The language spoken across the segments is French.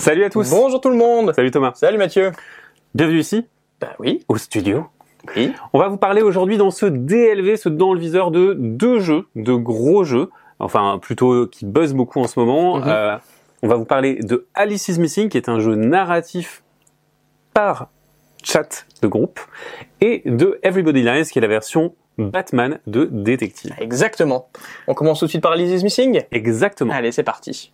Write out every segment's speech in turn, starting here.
Salut à tous. Bonjour tout le monde. Salut Thomas. Salut Mathieu. Bienvenue ici, Oui. au studio. Oui. On va vous parler aujourd'hui dans ce DLV, ce dans le viseur, de deux jeux, de gros jeux, enfin plutôt qui buzzent beaucoup en ce moment. On va vous parler de Alice is Missing, qui est un jeu narratif par chat de groupe, et de Everybody Lies, qui est la version Batman de détective. Exactement. On commence tout de suite par Alice is Missing. Exactement. Allez, c'est parti.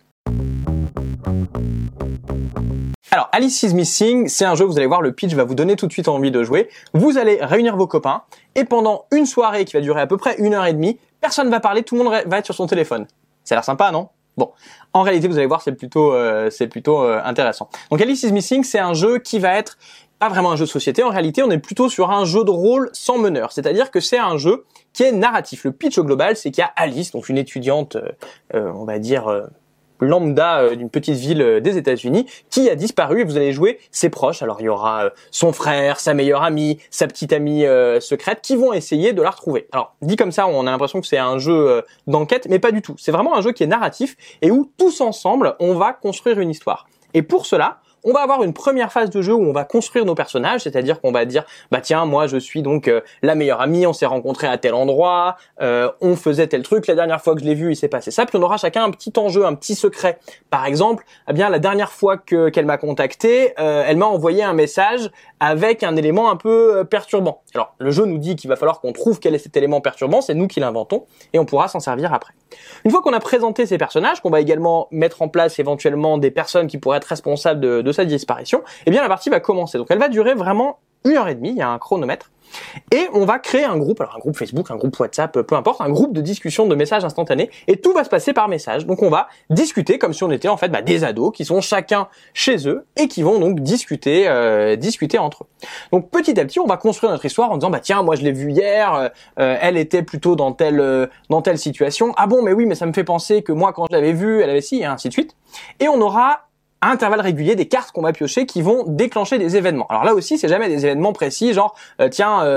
Alors, Alice is Missing, c'est un jeu, vous allez voir, le pitch va vous donner tout de suite envie de jouer. Vous allez réunir vos copains, et pendant une soirée qui va durer à peu près 1h30, personne ne va parler, tout le monde va être sur son téléphone. Ça a l'air sympa, non ? Bon, en réalité, vous allez voir, c'est plutôt intéressant. Donc, Alice is Missing, c'est un jeu qui va être pas vraiment un jeu de société. En réalité, on est plutôt sur un jeu de rôle sans meneur. C'est-à-dire que c'est un jeu qui est narratif. Le pitch au global, c'est qu'il y a Alice, donc une étudiante, on va dire lambda d'une petite ville des États-Unis, qui a disparu, et vous allez jouer ses proches. Alors il y aura son frère, sa meilleure amie, sa petite amie secrète, qui vont essayer de la retrouver. Alors dit comme ça, on a l'impression que c'est un jeu d'enquête, mais pas du tout. C'est vraiment un jeu qui est narratif et où tous ensemble, on va construire une histoire. Et pour cela, on va avoir une première phase de jeu où on va construire nos personnages, c'est-à-dire qu'on va dire bah tiens, moi je suis donc la meilleure amie, on s'est rencontrés à tel endroit, on faisait tel truc, la dernière fois que je l'ai vu, il s'est passé ça, puis on aura chacun un petit enjeu, un petit secret. Par exemple, eh bien la dernière fois qu'elle m'a contacté, elle m'a envoyé un message avec un élément un peu perturbant. Alors, le jeu nous dit qu'il va falloir qu'on trouve quel est cet élément perturbant, c'est nous qui l'inventons et on pourra s'en servir après. Une fois qu'on a présenté ces personnages, qu'on va également mettre en place éventuellement des personnes qui pourraient être responsables de sa disparition, eh bien la partie va commencer. Donc elle va durer vraiment 1h30, il y a un chronomètre. Et on va créer un groupe, alors un groupe Facebook, un groupe WhatsApp, peu importe, un groupe de discussion de messages instantanés, et tout va se passer par message. Donc on va discuter comme si on était en fait des ados qui sont chacun chez eux et qui vont donc discuter entre eux. Donc petit à petit, on va construire notre histoire en disant bah tiens, moi je l'ai vue hier, elle était plutôt dans telle situation. Ah bon, mais oui, mais ça me fait penser que moi quand je l'avais vue, elle avait ci, et ainsi de suite. Et on aura à intervalles réguliers des cartes qu'on va piocher qui vont déclencher des événements. Alors là aussi, c'est jamais des événements précis, genre il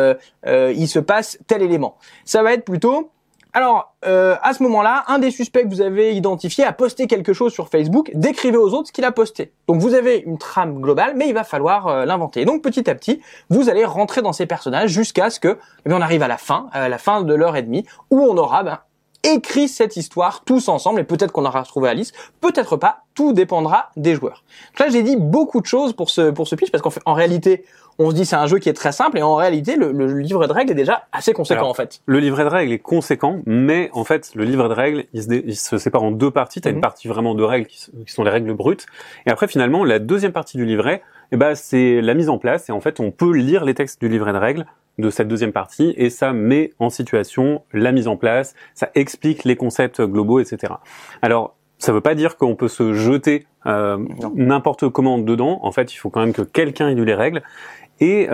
se passe tel élément. Ça va être plutôt alors à ce moment-là, un des suspects que vous avez identifié a posté quelque chose sur Facebook, décrivez aux autres ce qu'il a posté. Donc vous avez une trame globale, mais il va falloir l'inventer. Et donc petit à petit, vous allez rentrer dans ces personnages jusqu'à ce que on arrive à la fin de l'heure et demie, où on aura écrit cette histoire tous ensemble, et peut-être qu'on aura retrouvé Alice, peut-être pas, tout dépendra des joueurs. Donc là, j'ai dit beaucoup de choses pour ce pitch, parce qu'en réalité, on se dit c'est un jeu qui est très simple, et en réalité, le livret de règles est déjà assez conséquent. Alors, en fait. Le livret de règles est conséquent, mais en fait, le livret de règles, il se sépare en deux parties. Tu as une partie vraiment de règles qui sont les règles brutes, et après, finalement, la deuxième partie du livret, c'est la mise en place, et en fait, on peut lire les textes du livret de règles de cette deuxième partie, et ça met en situation la mise en place, ça explique les concepts globaux, etc. Alors, ça veut pas dire qu'on peut se jeter n'importe comment dedans. En fait, il faut quand même que quelqu'un ait lu les règles. Et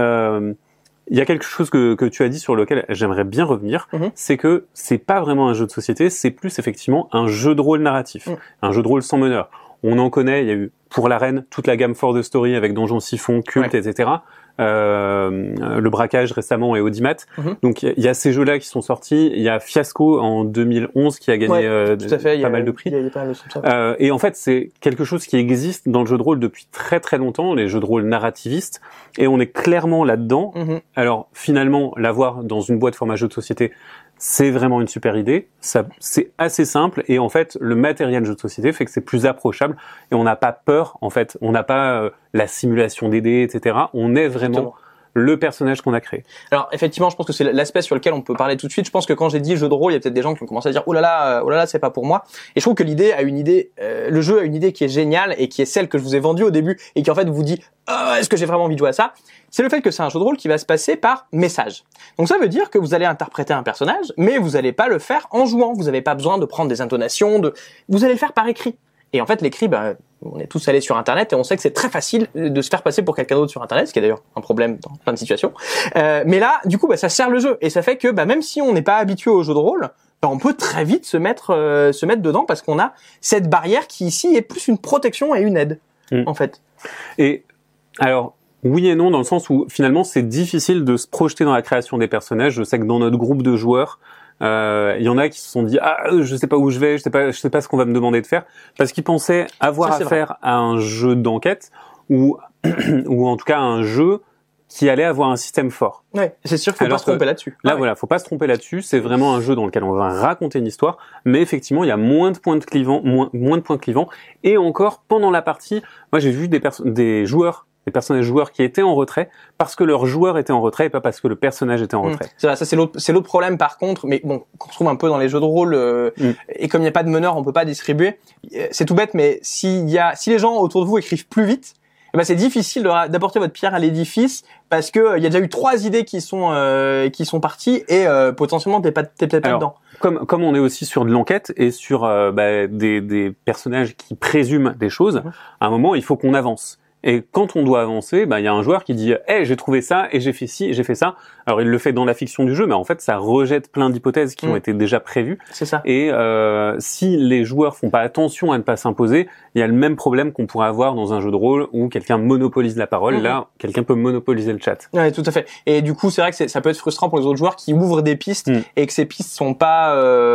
il y a quelque chose que tu as dit sur lequel j'aimerais bien revenir, c'est que c'est pas vraiment un jeu de société, c'est plus effectivement un jeu de rôle narratif, un jeu de rôle sans meneur. On en connaît, il y a eu pour l'arène toute la gamme For the Story avec Donjon Siphon, Culte, etc. Le braquage récemment et Audimat. Donc il y a ces jeux-là qui sont sortis. Il y a Fiasco en 2011 qui a gagné pas mal de prix. Et en fait, c'est quelque chose qui existe dans le jeu de rôle depuis très très longtemps, les jeux de rôle narrativistes. Et on est clairement là-dedans. Alors finalement, l'avoir dans une boîte format jeu de société, c'est vraiment une super idée. Ça, c'est assez simple, et en fait, le matériel jeu de société fait que c'est plus approchable, et on n'a pas peur. En fait, on n'a pas la simulation des dés, etc. On est vraiment le personnage qu'on a créé. Alors effectivement, je pense que c'est l'aspect sur lequel on peut parler tout de suite. Je pense que quand j'ai dit jeu de rôle, il y a peut-être des gens qui ont commencé à dire oh là là, c'est pas pour moi. Et je trouve que le jeu a une idée qui est géniale et qui est celle que je vous ai vendue au début et qui en fait vous dit est-ce que j'ai vraiment envie de jouer à ça ? C'est le fait que c'est un jeu de rôle qui va se passer par message. Donc ça veut dire que vous allez interpréter un personnage, mais vous allez pas le faire en jouant. Vous n'avez pas besoin de prendre des intonations, vous allez le faire par écrit. Et en fait, l'écrit, on est tous allés sur Internet et on sait que c'est très facile de se faire passer pour quelqu'un d'autre sur Internet, ce qui est d'ailleurs un problème dans plein de situations. Mais là, du coup, ça sert le jeu, et ça fait que même si on n'est pas habitué au jeu de rôle, on peut très vite se mettre dedans, parce qu'on a cette barrière qui ici est plus une protection et une aide, en fait. Et alors, oui et non, dans le sens où finalement c'est difficile de se projeter dans la création des personnages. Je sais que dans notre groupe de joueurs, Il y en a qui se sont dit je sais pas où je vais, je sais pas ce qu'on va me demander de faire, parce qu'ils pensaient avoir affaire à un jeu d'enquête ou en tout cas à un jeu qui allait avoir un système fort. Ouais, c'est sûr qu'il faut pas se tromper là-dessus. Là, voilà, faut pas se tromper là-dessus. C'est vraiment un jeu dans lequel on va raconter une histoire, mais effectivement, il y a moins de points clivants. Et encore, pendant la partie, moi, j'ai vu des personnages joueurs qui étaient en retrait parce que leur joueur était en retrait et pas parce que le personnage était en retrait. C'est vrai, ça c'est l'autre problème par contre, mais bon, qu'on retrouve un peu dans les jeux de rôle, et comme il n'y a pas de meneur, on peut pas distribuer. C'est tout bête, mais si les gens autour de vous écrivent plus vite, eh ben c'est difficile d'apporter votre pierre à l'édifice parce que il y a déjà eu 3 idées qui sont parties et potentiellement t'es peut-être pas dedans. Comme on est aussi sur de l'enquête et sur des personnages qui présument des choses, à un moment il faut qu'on avance. Et quand on doit avancer, il y a un joueur qui dit j'ai trouvé ça et j'ai fait ci et j'ai fait ça. Alors il le fait dans la fiction du jeu, mais en fait ça rejette plein d'hypothèses qui ont été déjà prévues. C'est ça. Et si les joueurs font pas attention à ne pas s'imposer, il y a le même problème qu'on pourrait avoir dans un jeu de rôle où quelqu'un monopolise la parole. Là, quelqu'un peut monopoliser le chat. Ouais, tout à fait. Et du coup, c'est vrai que ça peut être frustrant pour les autres joueurs qui ouvrent des pistes et que ces pistes sont pas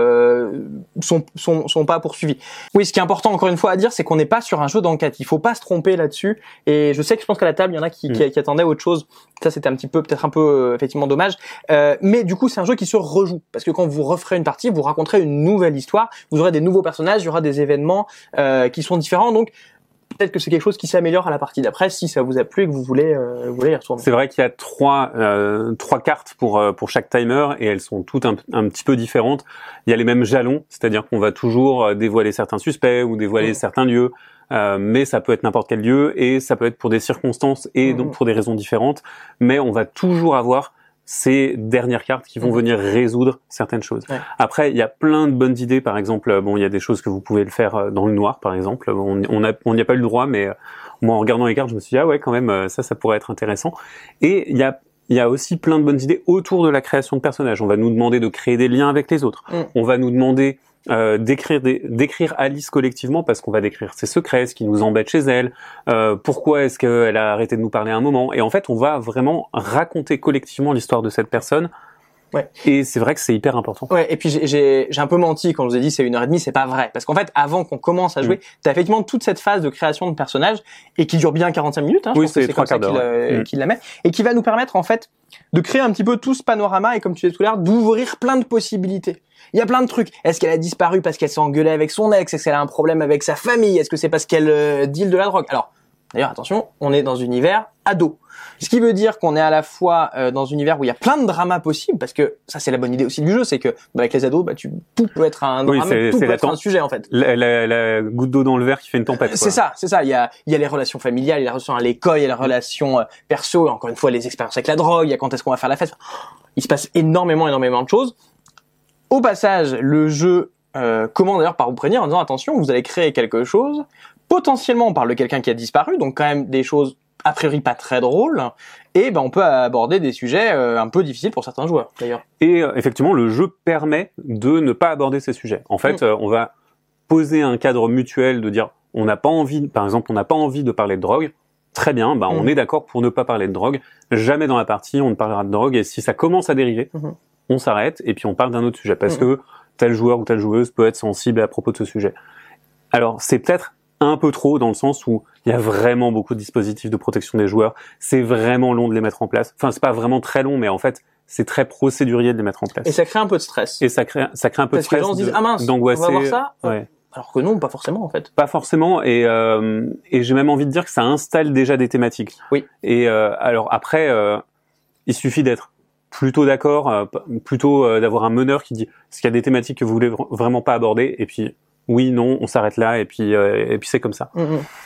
sont pas poursuivies. Oui, ce qui est important encore une fois à dire, c'est qu'on n'est pas sur un jeu d'enquête. Il faut pas se tromper là-dessus. Et je sais que je pense qu'à la table, il y en a qui attendaient autre chose. Ça, c'était peut-être un peu effectivement dommage. Mais du coup, c'est un jeu qui se rejoue parce que quand vous referez une partie, vous raconterez une nouvelle histoire. Vous aurez des nouveaux personnages, il y aura des événements qui sont différents. Donc peut-être que c'est quelque chose qui s'améliore à la partie d'après si ça vous a plu et que vous voulez y retourner. C'est vrai qu'il y a trois cartes pour chaque timer et elles sont toutes un petit peu différentes. Il y a les mêmes jalons, c'est-à-dire qu'on va toujours dévoiler certains suspects ou dévoiler certains lieux. Mais ça peut être n'importe quel lieu et ça peut être pour des circonstances et donc pour des raisons différentes. Mais on va toujours avoir ces dernières cartes qui vont venir résoudre certaines choses. Ouais. Après, il y a plein de bonnes idées. Par exemple, il y a des choses que vous pouvez le faire dans le noir, par exemple. On n'y a pas eu le droit, mais moi, en regardant les cartes, je me suis dit quand même, ça pourrait être intéressant. Et il y a aussi plein de bonnes idées autour de la création de personnages. On va nous demander de créer des liens avec les autres. On va nous demander d'écrire Alice collectivement parce qu'on va décrire ses secrets, ce qui nous embête chez elle, pourquoi est-ce qu'elle a arrêté de nous parler à un moment, et en fait on va vraiment raconter collectivement l'histoire de cette personne. Ouais. Et c'est vrai que c'est hyper important. Ouais. Et puis j'ai un peu menti quand je vous ai dit c'est 1h30, c'est pas vrai. Parce qu'en fait, avant qu'on commence à jouer, t'as effectivement toute cette phase de création de personnages et qui dure bien 45 minutes. Oui, c'est 3 quarts d'heure. Qu'il la met et qui va nous permettre en fait de créer un petit peu tout ce panorama et comme tu disais tout à l'heure, d'ouvrir plein de possibilités. Il y a plein de trucs. Est-ce qu'elle a disparu parce qu'elle s'est engueulée avec son ex? Est-ce qu'elle a un problème avec sa famille? Est-ce que c'est parce qu'elle deal de la drogue? Alors, d'ailleurs, attention, on est dans un univers ado. Ce qui veut dire qu'on est à la fois dans un univers où il y a plein de dramas possibles, parce que ça c'est la bonne idée aussi du jeu, c'est que avec les ados, tout peut être un drama, tout peut être un sujet en fait. La goutte d'eau dans le verre qui fait une tempête. C'est ça. Il y a les relations familiales, il y a les relations à l'école, il y a les relations perso, encore une fois les expériences avec la drogue, il y a quand est-ce qu'on va faire la fête. Il se passe énormément de choses. Au passage, le jeu commence d'ailleurs par vous prévenir en disant attention, vous allez créer quelque chose. Potentiellement, on parle de quelqu'un qui a disparu, donc quand même des choses a priori pas très drôles. Et on peut aborder des sujets un peu difficiles pour certains joueurs d'ailleurs. Et effectivement, le jeu permet de ne pas aborder ces sujets. En fait, on va poser un cadre mutuel de dire on n'a pas envie, par exemple, on n'a pas envie de parler de drogue. Très bien, on est d'accord pour ne pas parler de drogue. Jamais dans la partie on ne parlera de drogue. Et si ça commence à dériver, on s'arrête et puis on parle d'un autre sujet parce que tel joueur ou telle joueuse peut être sensible à propos de ce sujet. Alors c'est peut-être un peu trop dans le sens où il y a vraiment beaucoup de dispositifs de protection des joueurs. C'est vraiment long de les mettre en place. Enfin, c'est pas vraiment très long, mais en fait, c'est très procédurier de les mettre en place. Et ça crée un peu de stress. Et ça crée un peu de stress. Parce que les gens se disent ah mince, d'angoisser. On va voir ça. Ouais. Alors que non, pas forcément en fait. Pas forcément. Et j'ai même envie de dire que ça installe déjà des thématiques. Oui. Et alors après, il suffit d'être plutôt d'accord, plutôt d'avoir un meneur qui dit est-ce qu'il y a des thématiques que vous voulez vraiment pas aborder, et puis oui, non, on s'arrête là, et puis c'est comme ça.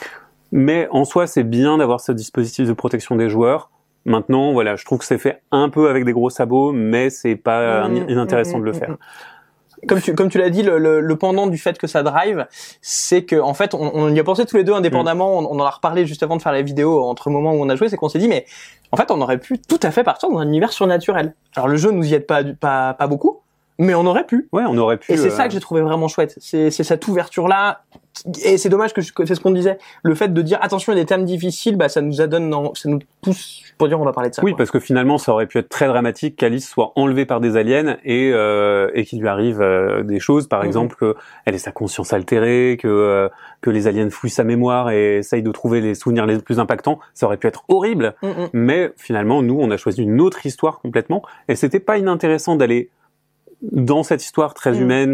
Mais en soi, c'est bien d'avoir ce dispositif de protection des joueurs. Maintenant, voilà, je trouve que c'est fait un peu avec des gros sabots, mais c'est pas inintéressant de le faire. Comme tu l'as dit, le pendant du fait que ça drive, c'est que en fait, on y a pensé tous les deux indépendamment. On en a reparlé juste avant de faire la vidéo entre le moment où on a joué, c'est qu'on s'est dit mais en fait, on aurait pu tout à fait partir dans un univers surnaturel. Alors le jeu nous y aide pas beaucoup. mais on aurait pu. Ouais, on aurait pu. Et c'est ça que j'ai trouvé vraiment chouette. C'est cette ouverture-là. Et c'est dommage que c'est ce qu'on disait. Le fait de dire attention, il y a des thèmes difficiles, bah ça nous ça nous pousse pour dire on va parler de ça. Oui, quoi. parce que finalement, ça aurait pu être très dramatique qu'Alice soit enlevée par des aliens et qu'il lui arrive des choses, par exemple qu'elle ait sa conscience altérée, que les aliens fouillent sa mémoire et essayent de trouver les souvenirs les plus impactants. Ça aurait pu être horrible. Mais finalement, nous, on a choisi une autre histoire complètement, et c'était pas inintéressant d'aller dans cette histoire très humaine,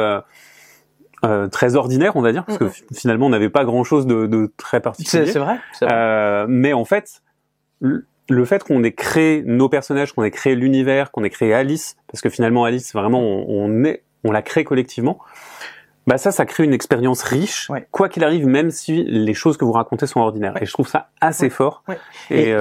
très ordinaire, on va dire, parce que finalement, on n'avait pas grand-chose de très particulier. C'est vrai. Mais en fait, le fait qu'on ait créé nos personnages, qu'on ait créé l'univers, qu'on ait créé Alice, parce que finalement, Alice, vraiment, on l'a créé collectivement, bah ça crée une expérience riche, quoi qu'il arrive, même si les choses que vous racontez sont ordinaires. Et je trouve ça assez fort. Et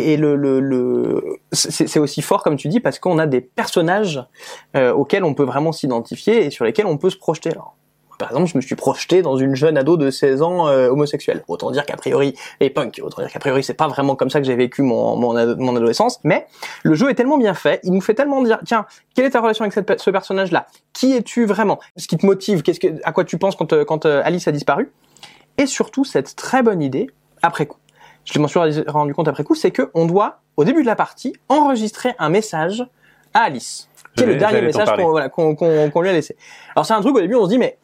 c'est aussi fort, comme tu dis, parce qu'on a des personnages auxquels on peut vraiment s'identifier et sur lesquels on peut se projeter. Alors, par exemple, je me suis projeté dans une jeune ado de 16 ans homosexuelle. Autant dire qu'à priori, et punk, autant dire qu'à priori, c'est pas vraiment comme ça que j'ai vécu mon adolescence. Mais le jeu est tellement bien fait, il nous fait tellement dire, tiens, quelle est ta relation avec ce personnage-là? Qui es-tu vraiment? Ce qui te motive? À quoi tu penses quand Alice a disparu? Et surtout, cette très bonne idée, après coup, je m'en suis rendu compte après coup, c'est que on doit, au début de la partie, enregistrer un message à Alice, qui est le dernier message qu'on lui a laissé. Alors c'est un truc, au début, on se dit, mais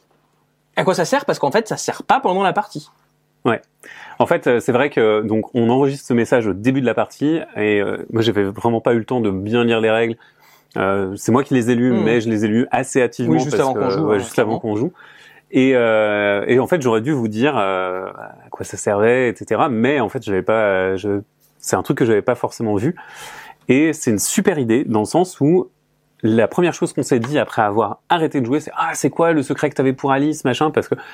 à quoi ça sert? Parce qu'en fait, ça sert pas pendant la partie. Ouais. En fait, c'est vrai que donc on enregistre ce message au début de la partie, et moi j'avais vraiment pas eu le temps de bien lire les règles. C'est moi qui les ai lus, mais je les ai lus assez hactivement, juste avant qu'on joue. Juste avant qu'on joue. Et en fait, j'aurais dû vous dire à quoi ça servait, etc. Mais en fait, c'est un truc que j'avais pas forcément vu. Et c'est une super idée dans le sens où la première chose qu'on s'est dit après avoir arrêté de jouer, c'est quoi le secret que t'avais pour Alice, machin,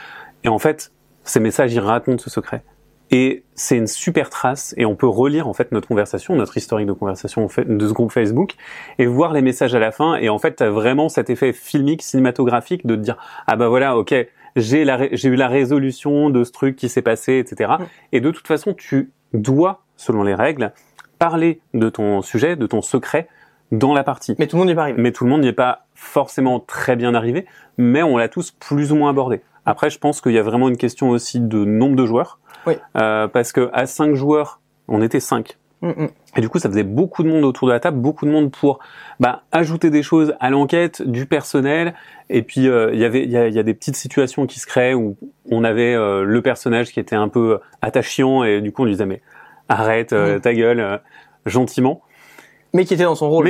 et en fait, ces messages, ils racontent ce secret. Et c'est une super trace, et on peut relire, en fait, notre conversation, notre historique de conversation de ce groupe Facebook, et voir les messages à la fin, et en fait, t'as vraiment cet effet filmique, cinématographique, de te dire, ah bah voilà, ok, j'ai eu la résolution de ce truc qui s'est passé, etc. Et de toute façon, tu dois, selon les règles, parler de ton sujet, de ton secret, dans la partie. Mais tout le monde n'y est pas arrivé. Mais tout le monde n'y est pas forcément très bien arrivé, mais on l'a tous plus ou moins abordé. Après, je pense qu'il y a vraiment une question aussi de nombre de joueurs. Parce que à 5 joueurs, on était 5. Et du coup, ça faisait beaucoup de monde autour de la table, beaucoup de monde pour ajouter des choses à l'enquête, du personnel. Et puis il y a des petites situations qui se créent où on avait le personnage qui était un peu attachant, et du coup on lui disait mais arrête ta gueule gentiment. Mais qui était dans son rôle.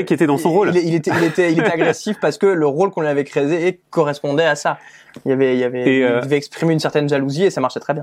Il était agressif parce que le rôle qu'on lui avait créé correspondait à ça. Il devait exprimer une certaine jalousie et ça marchait très bien.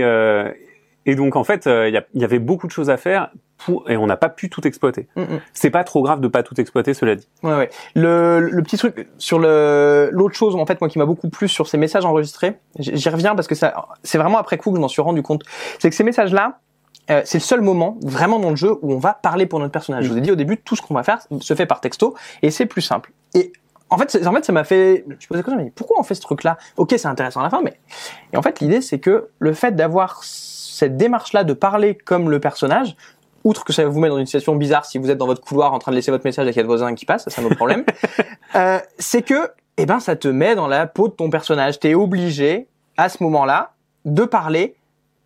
Et donc en fait, il y avait beaucoup de choses à faire et on n'a pas pu tout exploiter. C'est pas trop grave de pas tout exploiter, cela dit. Ouais. Le petit truc sur l'autre chose, en fait, moi qui m'a beaucoup plu sur ces messages enregistrés, j'y reviens parce que c'est vraiment après coup que je m'en suis rendu compte. C'est que ces messages-là, c'est le seul moment vraiment dans le jeu où on va parler pour notre personnage. Je vous ai dit au début, tout ce qu'on va faire se fait par texto et c'est plus simple. Et en fait, ça m'a fait, je me posais la question, mais pourquoi on fait ce truc-là? Ok, c'est intéressant à la fin, mais et en fait, l'idée c'est que le fait d'avoir cette démarche-là de parler comme le personnage, outre que ça vous met dans une situation bizarre si vous êtes dans votre couloir en train de laisser votre message et qu'il y a votre voisin qui passe, ça c'est un autre problème, c'est que ça te met dans la peau de ton personnage. T'es obligé à ce moment-là de parler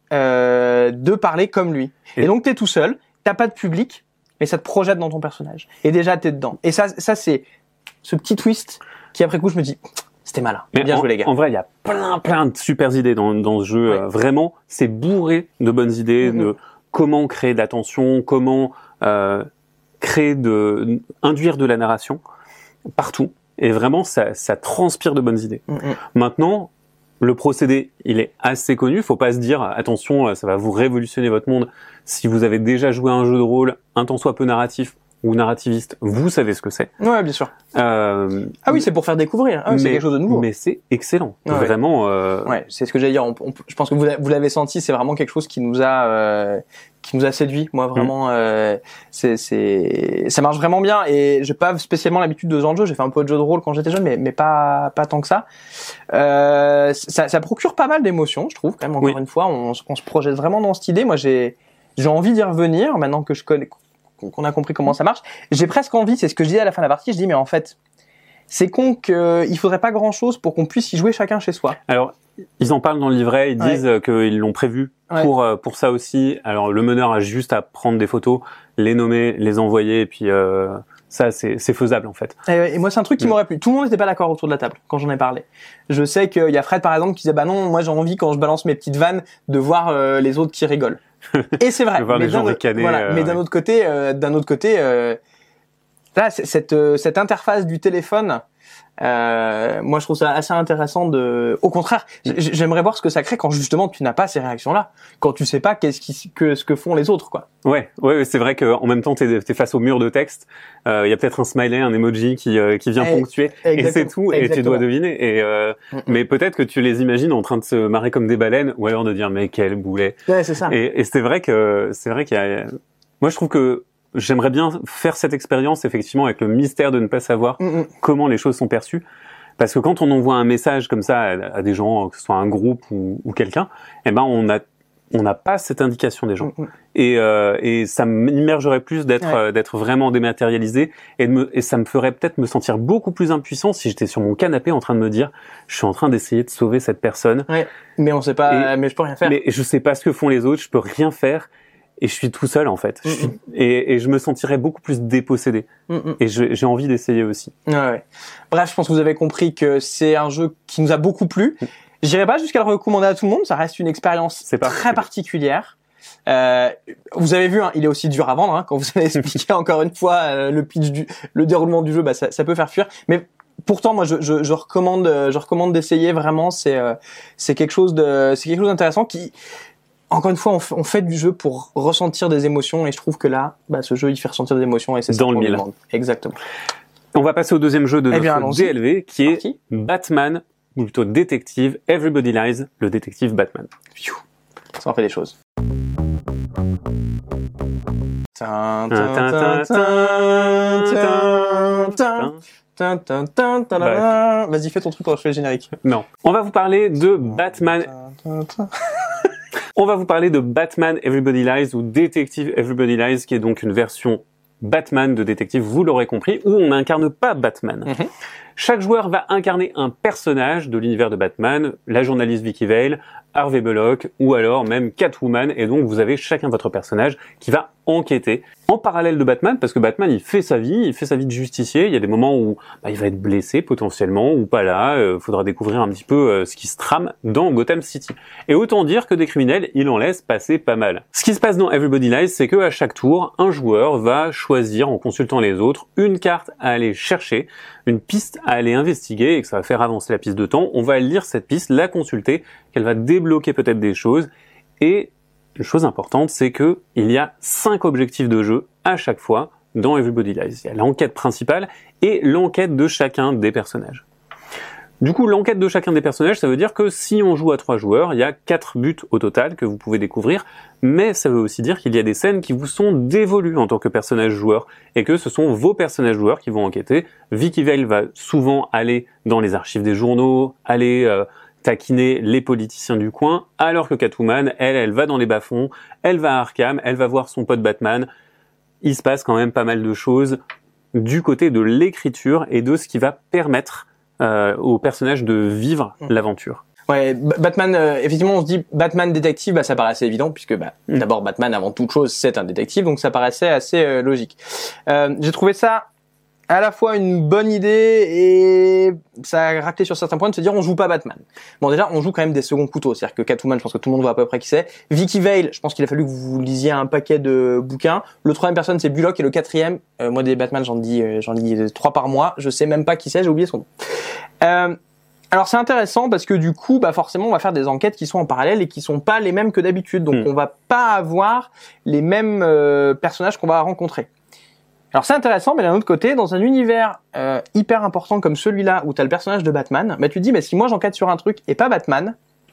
comme lui. Et donc t'es tout seul, t'as pas de public, mais ça te projette dans ton personnage. Et déjà t'es dedans. Et ça c'est ce petit twist qui après coup je me dis c'était malin. Bien joué les gars. En vrai, il y a plein de super idées dans ce jeu. Vraiment, c'est bourré de bonnes idées, de comment créer de l'attention, comment induire de la narration partout. Et vraiment, ça transpire de bonnes idées. Maintenant, le procédé, il est assez connu. Faut pas se dire, attention, ça va vous révolutionner votre monde. Si vous avez déjà joué à un jeu de rôle, un tant soit peu narratif ou narrativiste, vous savez ce que c'est. Ouais, bien sûr. Oui, c'est pour faire découvrir. C'est quelque chose de nouveau. Mais c'est excellent. Vraiment. Ouais, c'est ce que j'allais dire. Je pense que vous l'avez senti. C'est vraiment quelque chose qui nous a séduit. Moi, vraiment, ça marche vraiment bien. Et j'ai pas spécialement l'habitude de ce genre de jeu. J'ai fait un peu de jeu de rôle quand j'étais jeune, mais pas tant que ça. Ça procure pas mal d'émotions, je trouve. Quand même, encore une fois, on se projette vraiment dans cette idée. Moi, j'ai envie d'y revenir maintenant que qu'on a compris comment ça marche. J'ai presque envie, c'est ce que je disais à la fin de la partie, je dis mais en fait, C'est con qu'il faudrait pas grand-chose pour qu'on puisse y jouer chacun chez soi. Alors, ils en parlent dans le livret, ils disent qu'ils l'ont prévu pour ça aussi. Alors, le meneur a juste à prendre des photos, les nommer, les envoyer, et puis ça, c'est faisable en fait. Et moi, c'est un truc qui m'aurait plu. Tout le monde n'était pas d'accord autour de la table quand j'en ai parlé. Je sais qu'il y a Fred, par exemple, qui disait bah non, moi j'ai envie quand je balance mes petites vannes de voir les autres qui rigolent. Et c'est vrai. voir les gens ricaner. Voilà. Mais d'un autre côté, là, cette interface du téléphone, moi je trouve ça assez intéressant au contraire, j'aimerais voir ce que ça crée quand justement tu n'as pas ces réactions-là, quand tu sais pas ce que font les autres, quoi. Ouais, c'est vrai qu'en même temps t'es face au mur de texte, il y a peut-être un smiley, un emoji qui vient ponctuer, et c'est tout, et tu dois deviner. Mais peut-être que tu les imagines en train de se marrer comme des baleines, ou alors de dire mais quel boulet. Ouais, c'est ça. Et c'est vrai qu'il y a, moi je trouve que j'aimerais bien faire cette expérience effectivement avec le mystère de ne pas savoir comment les choses sont perçues, parce que quand on envoie un message comme ça à des gens, que ce soit un groupe ou quelqu'un, eh ben on n'a pas cette indication des gens, et ça m'immergerait plus d'être vraiment dématérialisé, et ça me ferait peut-être me sentir beaucoup plus impuissant si j'étais sur mon canapé en train de me dire je suis en train d'essayer de sauver cette personne, mais on sait pas, mais je peux rien faire, mais je sais pas ce que font les autres, je peux rien faire. Et je suis tout seul en fait. Et je me sentirais beaucoup plus dépossédé. Et j'ai envie d'essayer aussi. Ouais. Bref, je pense que vous avez compris que c'est un jeu qui nous a beaucoup plu. J'irai pas jusqu'à le recommander à tout le monde. Ça reste une expérience très particulière. Vous avez vu, hein, il est aussi dur à vendre. Hein, quand vous avez expliqué encore une fois le pitch le déroulement du jeu, bah ça peut faire fuir. Mais pourtant, moi, je recommande d'essayer vraiment. C'est quelque chose d'intéressant qui. Encore une fois, on fait du jeu pour ressentir des émotions, et je trouve que là, ce jeu, il fait ressentir des émotions, et c'est ça qu'on demande. Exactement. On va passer au deuxième jeu de notre DLV, qui est Batman, ou plutôt Détective Everybody Lies, le détective Batman. Ça en fait des choses. Vas-y, fais ton truc pour je fais le générique. Non. On va vous parler de Batman. On va vous parler de Batman Everybody Lies, ou Détective Everybody Lies, qui est donc une version Batman de détective, vous l'aurez compris, où on n'incarne pas Batman. Chaque joueur va incarner un personnage de l'univers de Batman, la journaliste Vicky Vale, Harvey Bullock, ou alors même Catwoman, et donc vous avez chacun votre personnage qui va enquêter en parallèle de Batman, parce que Batman il fait sa vie de justicier. Il y a des moments où il va être blessé potentiellement, ou pas là, faudra découvrir un petit peu ce qui se trame dans Gotham City. Et autant dire que des criminels, il en laisse passer pas mal. Ce qui se passe dans Everybody Lies, c'est que à chaque tour, un joueur va choisir, en consultant les autres, une carte à aller chercher, une piste à aller investiguer, et que ça va faire avancer la piste de temps. On va lire cette piste, la consulter, qu'elle va débloquer peut-être des choses, et une chose importante, c'est que il y a 5 objectifs de jeu à chaque fois dans Everybody Lies. Il y a l'enquête principale et l'enquête de chacun des personnages. Du coup, l'enquête de chacun des personnages, ça veut dire que si on joue à 3 joueurs, il y a 4 buts au total que vous pouvez découvrir, mais ça veut aussi dire qu'il y a des scènes qui vous sont dévolues en tant que personnage joueur, et que ce sont vos personnages joueurs qui vont enquêter. Vicky Vale va souvent aller dans les archives des journaux, aller taquiner les politiciens du coin, alors que Catwoman, elle va dans les bas-fonds, elle va à Arkham, elle va voir son pote Batman. Il se passe quand même pas mal de choses du côté de l'écriture et de ce qui va permettre au personnage de vivre l'aventure. Ouais, Batman, effectivement, on se dit Batman détective, ça paraît assez évident, puisque d'abord Batman, avant toute chose, c'est un détective, donc ça paraissait assez logique. J'ai trouvé ça à la fois une bonne idée, et ça a raclé sur certains points de se dire on joue pas Batman. Bon, déjà, on joue quand même des seconds couteaux, c'est-à-dire que Catwoman, je pense que tout le monde voit à peu près qui c'est. Vicky Vale, je pense qu'il a fallu que vous lisiez un paquet de bouquins. Le troisième personne, c'est Bullock, et le quatrième, moi des Batman, j'en lis 3 par mois. Je sais même pas qui c'est, j'ai oublié son nom. Alors c'est intéressant parce que du coup, forcément, on va faire des enquêtes qui sont en parallèle et qui sont pas les mêmes que d'habitude. Donc on va pas avoir les mêmes personnages qu'on va rencontrer. Alors c'est intéressant, mais d'un autre côté, dans un univers hyper important comme celui-là, où t'as le personnage de Batman, tu te dis, mais si moi j'enquête sur un truc et pas Batman,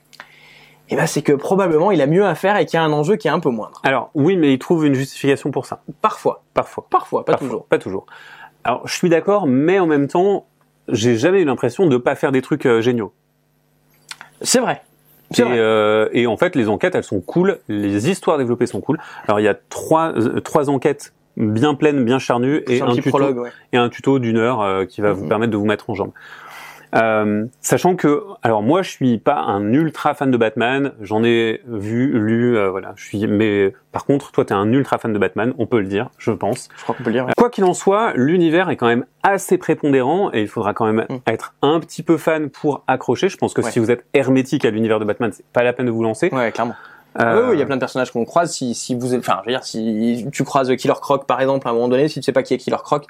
c'est que probablement il a mieux à faire et qu'il y a un enjeu qui est un peu moindre. Alors oui, mais il trouve une justification pour ça. Parfois, pas toujours. Alors je suis d'accord, mais en même temps, j'ai jamais eu l'impression de pas faire des trucs géniaux. C'est vrai. Et en fait, les enquêtes, elles sont cool. Les histoires développées sont cool. Alors, il y a trois enquêtes bien pleine, bien charnue, et un tuto, prologue, ouais. et un tuto d'1 heure qui va vous permettre de vous mettre en jambe. Sachant que, alors moi je suis pas un ultra fan de Batman, j'en ai vu, lu, voilà, mais par contre toi t'es un ultra fan de Batman, on peut le dire, je pense. Je crois qu'on peut le dire. Ouais. Quoi qu'il en soit, l'univers est quand même assez prépondérant et il faudra quand même être un petit peu fan pour accrocher. Je pense que si vous êtes hermétique à l'univers de Batman, c'est pas la peine de vous lancer. Ouais, clairement. Oui, il y a plein de personnages qu'on croise. Si vous, enfin, je veux dire, si tu croises Killer Croc par exemple à un moment donné, si tu sais pas qui est Killer Croc,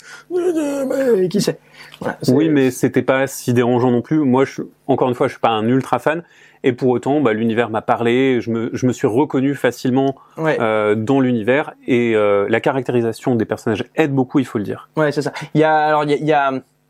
qui c'est? Voilà, oui, mais c'était pas si dérangeant non plus. Moi, encore une fois, je suis pas un ultra fan, et pour autant, l'univers m'a parlé. Je me suis reconnu facilement dans l'univers, et la caractérisation des personnages aide beaucoup, il faut le dire. Ouais, c'est ça. Il y a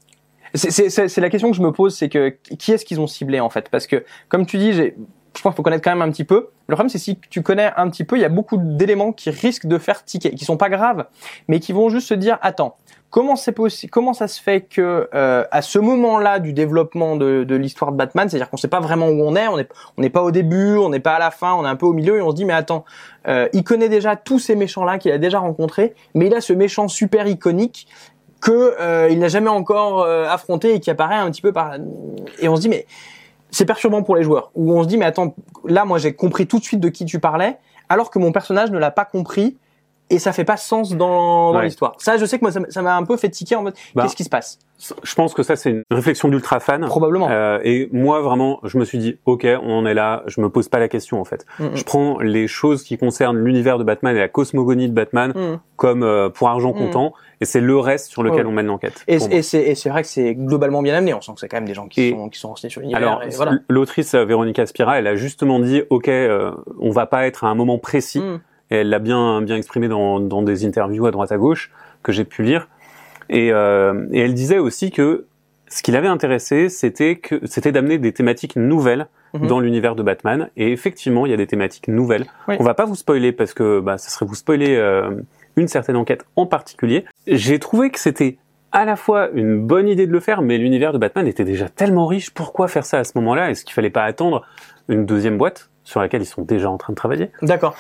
c'est la question que je me pose, c'est que qui est-ce qu'ils ont ciblé en fait? Parce que comme tu dis, je pense qu'il faut connaître quand même un petit peu. Le problème, c'est si tu connais un petit peu, il y a beaucoup d'éléments qui risquent de faire tiquer, qui sont pas graves, mais qui vont juste se dire, attends, comment c'est possible, comment ça se fait que à ce moment-là du développement de l'histoire de Batman, c'est-à-dire qu'on sait pas vraiment où on n'est pas au début, on n'est pas à la fin, on est un peu au milieu, et on se dit, mais attends, il connaît déjà tous ces méchants-là qu'il a déjà rencontrés, mais il a ce méchant super iconique que il n'a jamais encore affronté et qui apparaît un petit peu et on se dit, mais c'est perturbant pour les joueurs, où on se dit, mais attends, là, moi, j'ai compris tout de suite de qui tu parlais, alors que mon personnage ne l'a pas compris, et ça fait pas sens dans l'histoire. Ça, je sais que moi, ça m'a un peu fait tiquer en mode, qu'est-ce qui se passe? Je pense que ça, c'est une réflexion d'ultra fan. Probablement. Et moi, vraiment, je me suis dit, ok, on en est là, je me pose pas la question, en fait. Je prends les choses qui concernent l'univers de Batman et la cosmogonie de Batman comme pour argent comptant, et c'est le reste sur lequel on mène l'enquête. Et c'est vrai que c'est globalement bien amené, on sent que c'est quand même des gens qui sont renseignés sur l'univers. Alors, voilà. L'autrice Véronica Spira, elle a justement dit, ok, on va pas être à un moment précis, et elle l'a bien exprimé dans des interviews à droite à gauche que j'ai pu lire. Et elle disait aussi que ce qui l'avait intéressé, c'était d'amener des thématiques nouvelles dans l'univers de Batman. Et effectivement, il y a des thématiques nouvelles. Oui. On va pas vous spoiler parce que ça serait vous spoiler une certaine enquête en particulier. J'ai trouvé que c'était à la fois une bonne idée de le faire, mais l'univers de Batman était déjà tellement riche. Pourquoi faire ça à ce moment-là? Est-ce qu'il fallait pas attendre une deuxième boîte sur laquelle ils sont déjà en train de travailler? D'accord.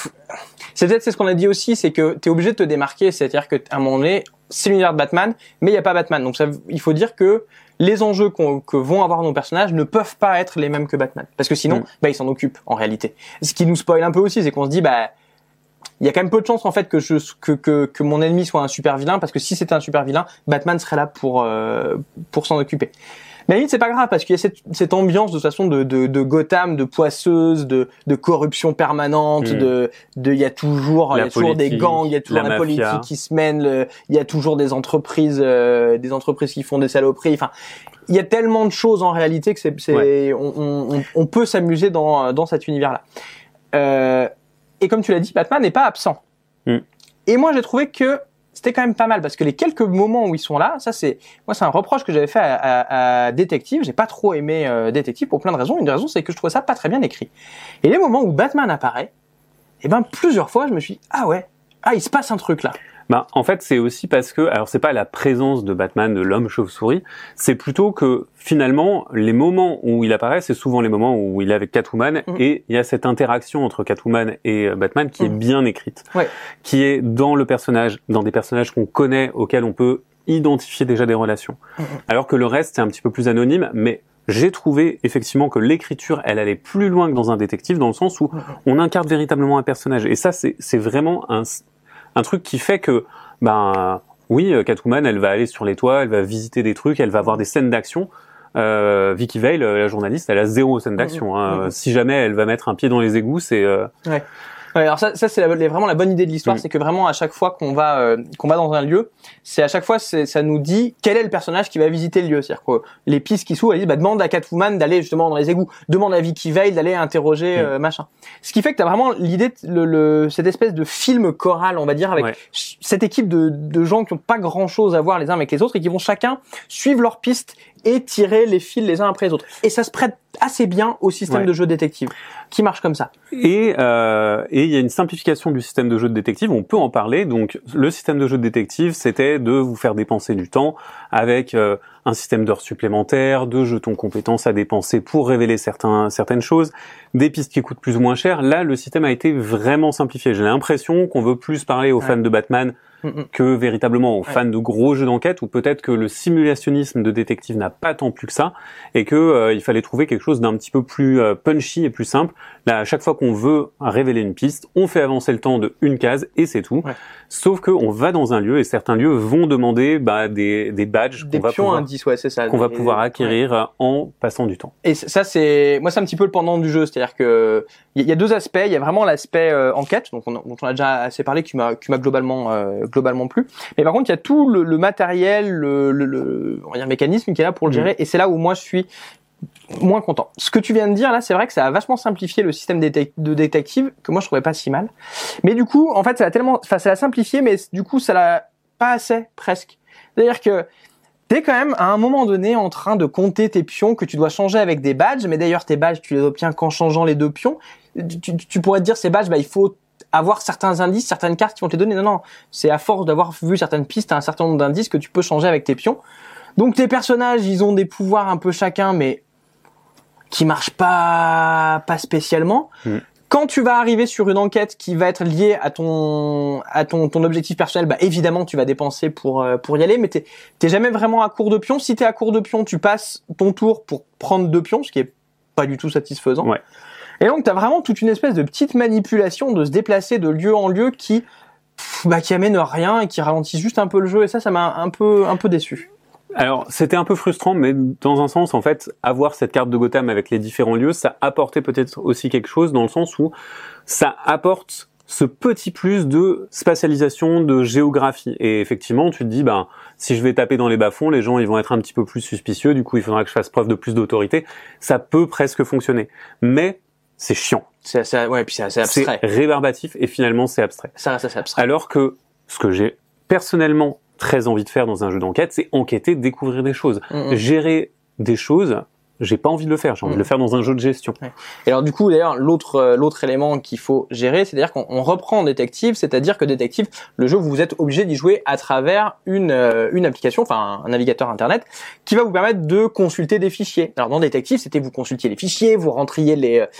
C'est ce qu'on a dit aussi, c'est que tu es obligé de te démarquer, c'est-à-dire que à un moment donné, c'est l'univers de Batman, mais il n'y a pas Batman. Donc il faut dire que les enjeux que vont avoir nos personnages ne peuvent pas être les mêmes que Batman, parce que sinon, ils s'en occupent en réalité. Ce qui nous spoil un peu aussi, c'est qu'on se dit, il y a quand même peu de chances en fait que mon ennemi soit un super vilain, parce que si c'était un super vilain, Batman serait là pour s'en occuper. Mais à la limite, c'est pas grave, parce qu'il y a cette ambiance de toute façon de Gotham, de poisseuse, de corruption permanente, il y a toujours des gangs, il y a toujours la politique qui se mène, il y a toujours des entreprises qui font des saloperies. Enfin, il y a tellement de choses en réalité que on peut s'amuser dans cet univers-là. Et comme tu l'as dit, Batman n'est pas absent. Et moi, j'ai trouvé que c'était quand même pas mal, parce que les quelques moments où ils sont là, c'est un reproche que j'avais fait à Détective. J'ai pas trop aimé Détective pour plein de raisons. Une raison, c'est que je trouvais ça pas très bien écrit. Et les moments où Batman apparaît, plusieurs fois, je me suis dit, il se passe un truc là. En fait, c'est aussi parce que, alors c'est pas la présence de Batman, de l'homme chauve-souris, c'est plutôt que finalement, les moments où il apparaît, c'est souvent les moments où il est avec Catwoman, et il y a cette interaction entre Catwoman et Batman qui est bien écrite, qui est dans des personnages qu'on connaît, auxquels on peut identifier déjà des relations. Alors que le reste, c'est un petit peu plus anonyme, mais j'ai trouvé effectivement que l'écriture, elle allait plus loin que dans un détective, dans le sens où on incarne véritablement un personnage. Et ça, c'est vraiment un truc qui fait que, Catwoman, elle va aller sur les toits, elle va visiter des trucs, elle va avoir des scènes d'action. Vicky Vale, la journaliste, elle a 0 scène d'action. Si jamais elle va mettre un pied dans les égouts, c'est... Ouais, alors ça c'est vraiment la bonne idée de l'histoire, c'est que vraiment à chaque fois qu'on va dans un lieu, c'est à chaque fois ça nous dit quel est le personnage qui va visiter le lieu. C'est-à-dire que les pistes qui s'ouvrent, elles disent demande à Catwoman d'aller justement dans les égouts, demande à Vicky Vale d'aller interroger machin. Ce qui fait que t'as vraiment l'idée cette espèce de film choral, on va dire, avec cette équipe de gens qui ont pas grand-chose à voir les uns avec les autres et qui vont chacun suivre leurs pistes et tirer les fils les uns après les autres. Et ça se prête assez bien au système de jeu détective, qui marche comme ça. Et il y a une simplification du système de jeu de détective, on peut en parler. Donc, le système de jeu de détective, c'était de vous faire dépenser du temps avec un système d'heures supplémentaires, de jetons compétences à dépenser pour révéler certaines choses, des pistes qui coûtent plus ou moins cher. Là, le système a été vraiment simplifié. J'ai l'impression qu'on veut plus parler aux fans de Batman que véritablement aux fans de gros jeux d'enquête, ou peut-être que le simulationnisme de détective n'a pas tant plu que ça, et que il fallait trouver quelque chose d'un petit peu plus punchy et plus simple. Là, à chaque fois qu'on veut révéler une piste, on fait avancer le temps de une case et c'est tout. Sauf que on va dans un lieu et certains lieux vont demander des badges des pions indices, c'est ça, qu'on va pouvoir acquérir en passant du temps. Et ça, c'est un petit peu le pendant du jeu, c'est-à-dire que il y a deux aspects. Il y a vraiment l'aspect enquête, dont on a déjà assez parlé, qui m'a globalement plu. Mais par contre, il y a tout le matériel, on va dire mécanisme qui est là pour le gérer. Et c'est là où moi je suis moins content. Ce que tu viens de dire là, c'est vrai que ça a vachement simplifié le système de détective, que moi je trouvais pas si mal. Mais du coup, en fait, ça l'a simplifié, mais du coup, ça l'a pas assez, presque. C'est-à-dire que t'es quand même à un moment donné en train de compter tes pions que tu dois changer avec des badges, mais d'ailleurs tes badges tu les obtiens qu'en changeant les 2 pions. Tu pourrais te dire ces badges, il faut avoir certains indices, certaines cartes qui vont te les donner. Non, c'est à force d'avoir vu certaines pistes, un certain nombre d'indices que tu peux changer avec tes pions. Donc tes personnages, ils ont des pouvoirs un peu chacun, mais qui marchent pas spécialement. Quand tu vas arriver sur une enquête qui va être liée à ton objectif personnel, évidemment tu vas dépenser pour y aller, mais t'es jamais vraiment à court de pions. Si t'es à court de pions, tu passes ton tour pour prendre 2 pions, ce qui est pas du tout satisfaisant. Et donc t'as vraiment toute une espèce de petite manipulation de se déplacer de lieu en lieu qui amène rien et qui ralentit juste un peu le jeu, et ça m'a un peu déçu. Alors, c'était un peu frustrant, mais dans un sens, en fait, avoir cette carte de Gotham avec les différents lieux, ça apportait peut-être aussi quelque chose, dans le sens où ça apporte ce petit plus de spatialisation, de géographie. Et effectivement, tu te dis, si je vais taper dans les bas-fonds, les gens, ils vont être un petit peu plus suspicieux, du coup, il faudra que je fasse preuve de plus d'autorité. Ça peut presque fonctionner. Mais c'est chiant. Puis c'est assez abstrait. C'est rébarbatif, et finalement, c'est abstrait. Ça reste assez abstrait. Alors que ce que j'ai personnellement très envie de faire dans un jeu d'enquête, c'est enquêter, découvrir des choses. Gérer des choses, j'ai pas envie de le faire, j'ai envie de le faire dans un jeu de gestion. Et alors du coup, d'ailleurs, l'autre élément qu'il faut gérer, c'est-à-dire qu'on reprend Détective, c'est-à-dire que Détective, le jeu, vous êtes obligé d'y jouer à travers une application, enfin un navigateur internet, qui va vous permettre de consulter des fichiers. Alors dans Détective, c'était vous consultiez les fichiers, vous rentriez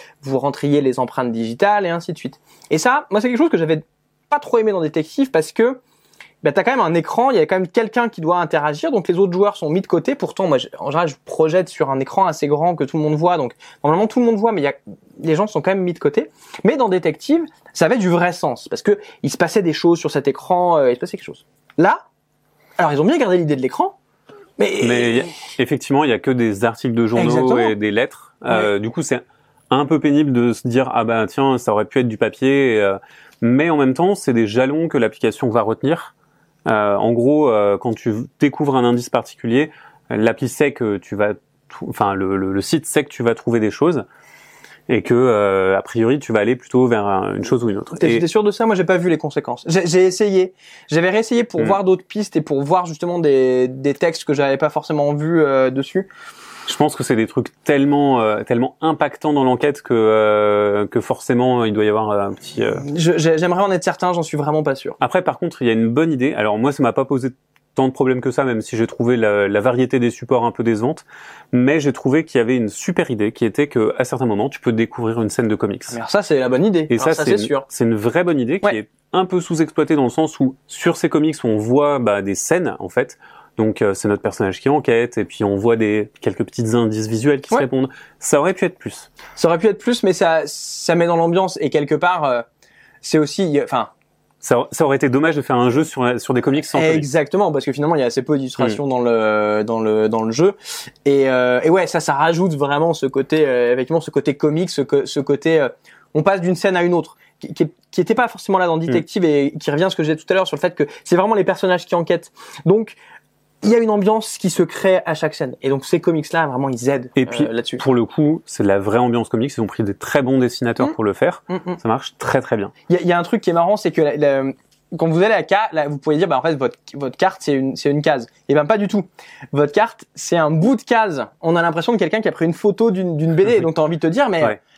les empreintes digitales et ainsi de suite. Et ça, moi, c'est quelque chose que j'avais pas trop aimé dans Détective, parce que t'as quand même un écran, il y a quand même quelqu'un qui doit interagir, donc les autres joueurs sont mis de côté. Pourtant, moi, en général, je projette sur un écran assez grand que tout le monde voit, donc normalement tout le monde voit, mais les gens sont quand même mis de côté. Mais dans Détective, ça avait du vrai sens, parce que il se passait des choses sur cet écran, il se passait quelque chose. Là, alors ils ont bien gardé l'idée de l'écran, mais effectivement, il y a que des articles de journaux et des lettres. Du coup, c'est un peu pénible de se dire tiens, ça aurait pu être du papier, mais en même temps, c'est des jalons que l'application va retenir. En gros, quand tu découvres un indice particulier, l'appli sait que le site sait que tu vas trouver des choses, et que a priori tu vas aller plutôt vers une chose ou une autre. T'es sûr de ça? Moi, j'ai pas vu les conséquences. J'ai essayé. J'avais réessayé pour voir d'autres pistes et pour voir justement des textes que j'avais pas forcément vus dessus. Je pense que c'est des trucs tellement impactants dans l'enquête que forcément il doit y avoir un petit. J'aimerais en être certain, j'en suis vraiment pas sûr. Après, par contre, il y a une bonne idée. Alors moi, ça m'a pas posé tant de problèmes que ça, même si j'ai trouvé la variété des supports un peu décevante. Mais j'ai trouvé qu'il y avait une super idée, qui était que à certains moments, tu peux découvrir une scène de comics. Alors ça, c'est la bonne idée. Et ça, c'est sûr. C'est une vraie bonne idée qui est un peu sous-exploitée dans le sens où sur ces comics, on voit des scènes en fait. Donc c'est notre personnage qui enquête, et puis on voit quelques petits indices visuels qui se répondent. Ça aurait pu être plus. Ça aurait pu être plus, mais ça met dans l'ambiance, et quelque part c'est aussi, ça aurait été dommage de faire un jeu sur des comics sans comics. Exactement, parce que finalement il y a assez peu d'illustrations dans le jeu, et ça rajoute vraiment ce côté effectivement ce côté comics, ce côté on passe d'une scène à une autre, qui était pas forcément là dans Detective, et qui revient à ce que je disais tout à l'heure sur le fait que c'est vraiment les personnages qui enquêtent. Donc il y a une ambiance qui se crée à chaque scène, et donc ces comics-là vraiment ils aident. Et puis là-dessus. Pour le coup, c'est de la vraie ambiance comics. Ils ont pris des très bons dessinateurs pour le faire. Ça marche très très bien. Il y a un truc qui est marrant, c'est que quand vous allez à carte, là, vous pouvez dire en fait votre carte c'est une case. Et pas du tout. Votre carte c'est un bout de case. On a l'impression de quelqu'un qui a pris une photo d'une BD, et donc t'as envie de te dire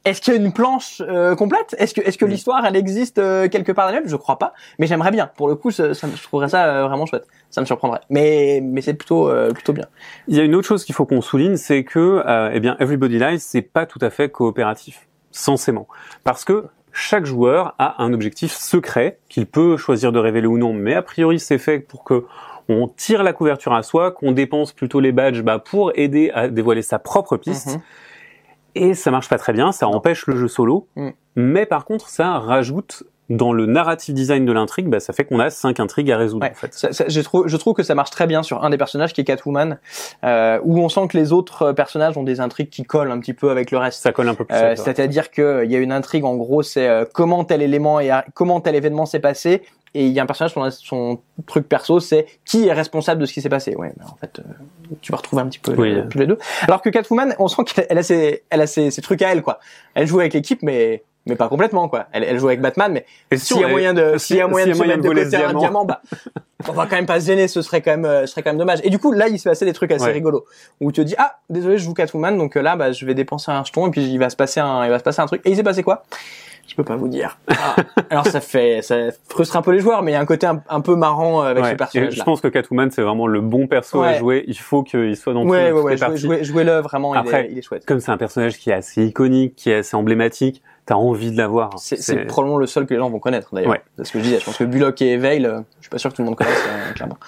Est-ce qu'il y a une planche complète? Est-ce que l'histoire elle existe quelque part dans le web? Je crois pas, mais j'aimerais bien. Pour le coup, je trouverais ça vraiment chouette. Ça me surprendrait. Mais c'est plutôt bien. Il y a une autre chose qu'il faut qu'on souligne, c'est que eh bien Everybody Lies, c'est pas tout à fait coopératif, censément, parce que chaque joueur a un objectif secret qu'il peut choisir de révéler ou non, mais a priori c'est fait pour que on tire la couverture à soi, qu'on dépense plutôt les badges pour aider à dévoiler sa propre piste. Et ça marche pas très bien, ça empêche le jeu solo, mais par contre ça rajoute dans le narrative design de l'intrigue, ça fait qu'on a 5 intrigues à résoudre en fait. Je trouve que ça marche très bien sur un des personnages qui est Catwoman, où on sent que les autres personnages ont des intrigues qui collent un petit peu avec le reste. Ça colle un peu plus. C'est-à-dire que il y a une intrigue en gros, c'est comment tel élément et comment tel événement s'est passé. Et il y a un personnage, son truc perso, c'est qui est responsable de ce qui s'est passé. Ouais, en fait, tu vas retrouver un petit peu tous les deux. Alors que Catwoman, on sent qu'elle a ses trucs à elle, quoi. Elle joue avec l'équipe, mais pas complètement, quoi. Elle joue avec Batman, mais s'il y a moyen de se mettre de côté un diamant, on va quand même pas se gêner, ce serait quand même dommage. Et du coup, là, il se passait des trucs assez rigolos. Où tu te dis, désolé, je joue Catwoman, donc là, je vais dépenser un jeton, et puis il va se passer un truc. Et il s'est passé quoi? Je peux pas vous dire. Alors ça frustre un peu les joueurs, mais il y a un côté un peu marrant avec ce personnage-là. Je pense que Catwoman c'est vraiment le bon perso à jouer. Il faut qu'il soit dans toutes les parties. Jouez-le vraiment. Après, il est chouette. Comme c'est un personnage qui est assez iconique, qui est assez emblématique, t'as envie de l'avoir. C'est probablement le seul que les gens vont connaître d'ailleurs. C'est ce que je disais. Je pense que Bullock et Veil, je suis pas sûr que tout le monde connaisse clairement.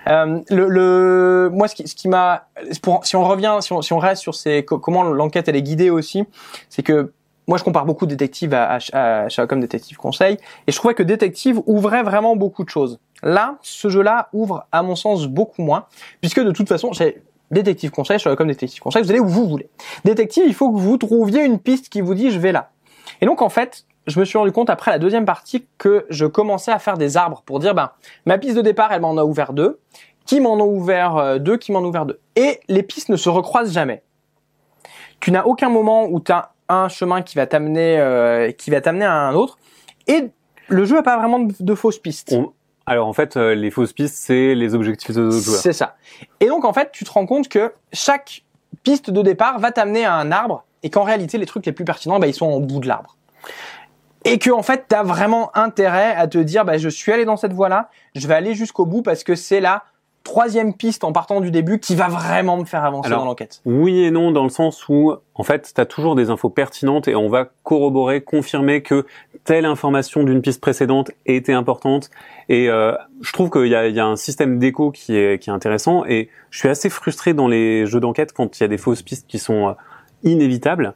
Moi, ce qui m'a, si on reste sur comment l'enquête elle est guidée aussi, c'est que moi, je compare beaucoup Détective à Sherlock Holmes Détective Conseil, et je trouvais que Détective ouvrait vraiment beaucoup de choses. Là, ce jeu-là ouvre, à mon sens, beaucoup moins, puisque de toute façon, c'est Détective Conseil, Sherlock Holmes Détective Conseil, vous allez où vous voulez. Détective, il faut que vous trouviez une piste qui vous dit je vais là. Et donc, en fait, je me suis rendu compte après la deuxième partie que je commençais à faire des arbres pour dire, ma piste de départ, elle m'en a ouvert 2, qui m'en ont ouvert 2, qui m'en ont ouvert 2. Et les pistes ne se recroisent jamais. Tu n'as aucun moment où tu as un chemin qui va t'amener à un autre, et le jeu a pas vraiment de fausses pistes. Alors en fait, les fausses pistes, c'est les objectifs de d'autres joueurs. C'est ça. Et donc en fait, tu te rends compte que chaque piste de départ va t'amener à un arbre, et qu'en réalité, les trucs les plus pertinents, ils sont au bout de l'arbre. Et que en fait, t'as vraiment intérêt à te dire, je suis allé dans cette voie-là, je vais aller jusqu'au bout parce que c'est la 3e piste en partant du début qui va vraiment me faire avancer dans l'enquête. Oui et non, dans le sens où, en fait, t'as toujours des infos pertinentes et on va corroborer, confirmer que telle information d'une piste précédente était importante. Et je trouve qu'il y a un système d'écho qui est intéressant, et je suis assez frustré dans les jeux d'enquête quand il y a des fausses pistes qui sont inévitables.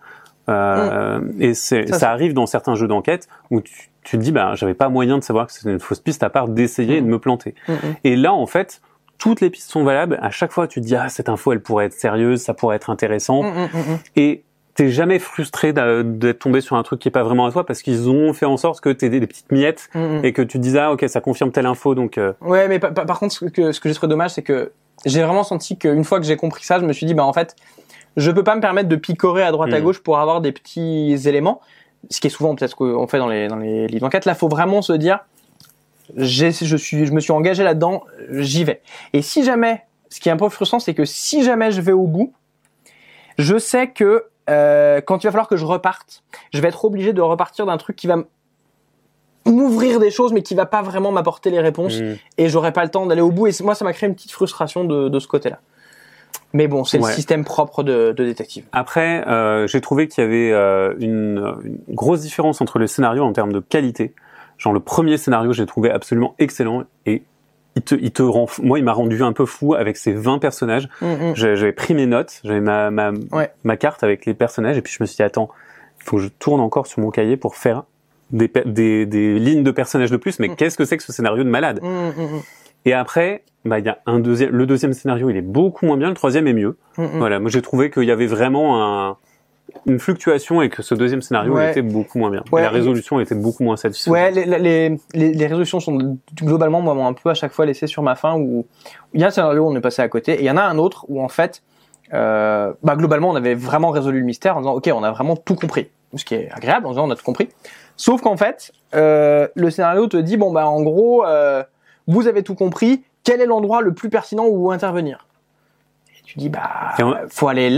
Et ça arrive dans certains jeux d'enquête où tu te dis, j'avais pas moyen de savoir que c'était une fausse piste à part d'essayer et de me planter. Et là, en fait, toutes les pistes sont valables. À chaque fois, tu te dis, cette info, elle pourrait être sérieuse, ça pourrait être intéressant. Et t'es jamais frustré d'être tombé sur un truc qui est pas vraiment à toi, parce qu'ils ont fait en sorte que t'aies des petites miettes et que tu te dises, ok, ça confirme telle info, donc... Ouais, mais par contre, ce que j'ai trouvé dommage, c'est que j'ai vraiment senti qu'une fois que j'ai compris ça, je me suis dit, en fait, je peux pas me permettre de picorer à droite à gauche pour avoir des petits éléments, ce qui est souvent peut-être ce qu'on fait dans les livres d'enquête. Là, faut vraiment se dire, je me suis engagé là-dedans, j'y vais. Et si jamais, ce qui est un peu frustrant, c'est que si jamais je vais au bout, je sais que quand il va falloir que je reparte, je vais être obligé de repartir d'un truc qui va m'ouvrir des choses, mais qui va pas vraiment m'apporter les réponses, et j'aurai pas le temps d'aller au bout. Et moi, ça m'a créé une petite frustration de ce côté-là. Mais bon, c'est le système propre de Détective. Après, j'ai trouvé qu'il y avait une grosse différence entre les scénarios en termes de qualité. Genre le premier scénario, j'ai trouvé absolument excellent, et moi, il m'a rendu un peu fou avec ces 20 personnages. J'avais pris mes notes, j'avais ma carte avec les personnages, et puis je me suis dit, attends, il faut que je tourne encore sur mon cahier pour faire des lignes de personnages de plus, mais qu'est-ce que c'est que ce scénario de malade? Et après, il y a le deuxième scénario, il est beaucoup moins bien, le troisième est mieux. Voilà, moi j'ai trouvé qu'il y avait vraiment une fluctuation, et que ce deuxième scénario il était beaucoup moins bien. La résolution était beaucoup moins satisfaisante. Ouais, les résolutions sont globalement, moi, m'ont un peu à chaque fois laissé sur ma faim, où il y a un scénario où on est passé à côté, et il y en a un autre où en fait, globalement, on avait vraiment résolu le mystère en disant, ok, on a vraiment tout compris. Ce qui est agréable, en disant, on a tout compris. Sauf qu'en fait, le scénario te dit, en gros, vous avez tout compris, quel est l'endroit le plus pertinent où intervenir? Et tu dis, faut aller là.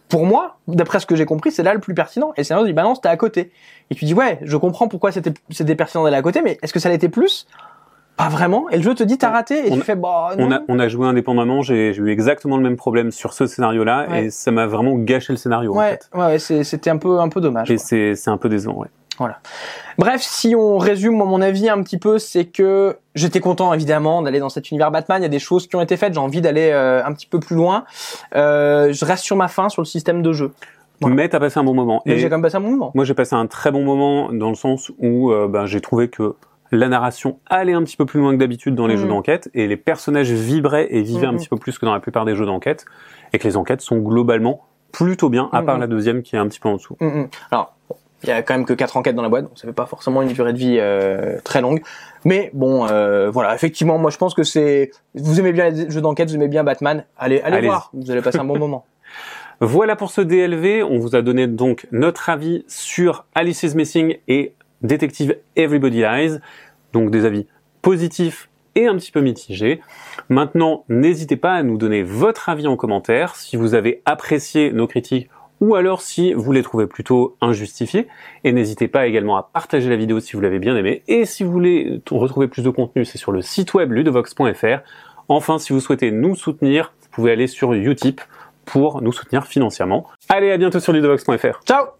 pour moi, d'après ce que j'ai compris, c'est là le plus pertinent. Et le scénario dit, bah non, c'était à côté. Et tu dis, ouais, je comprends pourquoi c'était pertinent d'aller à côté, mais est-ce que ça l'était plus? Pas vraiment. Et le jeu te dit, t'as raté. Et tu fais, bah, non. On a joué indépendamment. J'ai eu exactement le même problème sur ce scénario-là. Ouais. Et ça m'a vraiment gâché le scénario, en fait. Ouais, c'était un peu dommage. Et c'est un peu décevant, ouais. Voilà. Bref, si on résume, moi, mon avis un petit peu, c'est que j'étais content, évidemment, d'aller dans cet univers Batman. Il y a des choses qui ont été faites. J'ai envie d'aller un petit peu plus loin. Je reste sur ma faim sur le système de jeu. Voilà. Mais t'as passé un bon moment. Et j'ai quand même passé un bon moment. Moi, j'ai passé un très bon moment dans le sens où j'ai trouvé que la narration allait un petit peu plus loin que d'habitude dans les jeux d'enquête et les personnages vibraient et vivaient un petit peu plus que dans la plupart des jeux d'enquête et que les enquêtes sont globalement plutôt bien, à part la deuxième qui est un petit peu en dessous. Alors, il y a quand même que 4 enquêtes dans la boîte, donc ça fait pas forcément une durée de vie très longue. Mais bon, voilà, effectivement, moi je pense que vous aimez bien les jeux d'enquête, vous aimez bien Batman, allez voir, vous allez passer un bon moment. Voilà pour ce DLV, on vous a donné donc notre avis sur Alice is Missing et Détective Everybody Lies, donc des avis positifs et un petit peu mitigés. Maintenant, n'hésitez pas à nous donner votre avis en commentaire, si vous avez apprécié nos critiques ou alors si vous les trouvez plutôt injustifiés. Et n'hésitez pas également à partager la vidéo si vous l'avez bien aimée. Et si vous voulez retrouver plus de contenu, c'est sur le site web ludovox.fr. Enfin, si vous souhaitez nous soutenir, vous pouvez aller sur Utip pour nous soutenir financièrement. Allez, à bientôt sur ludovox.fr. Ciao!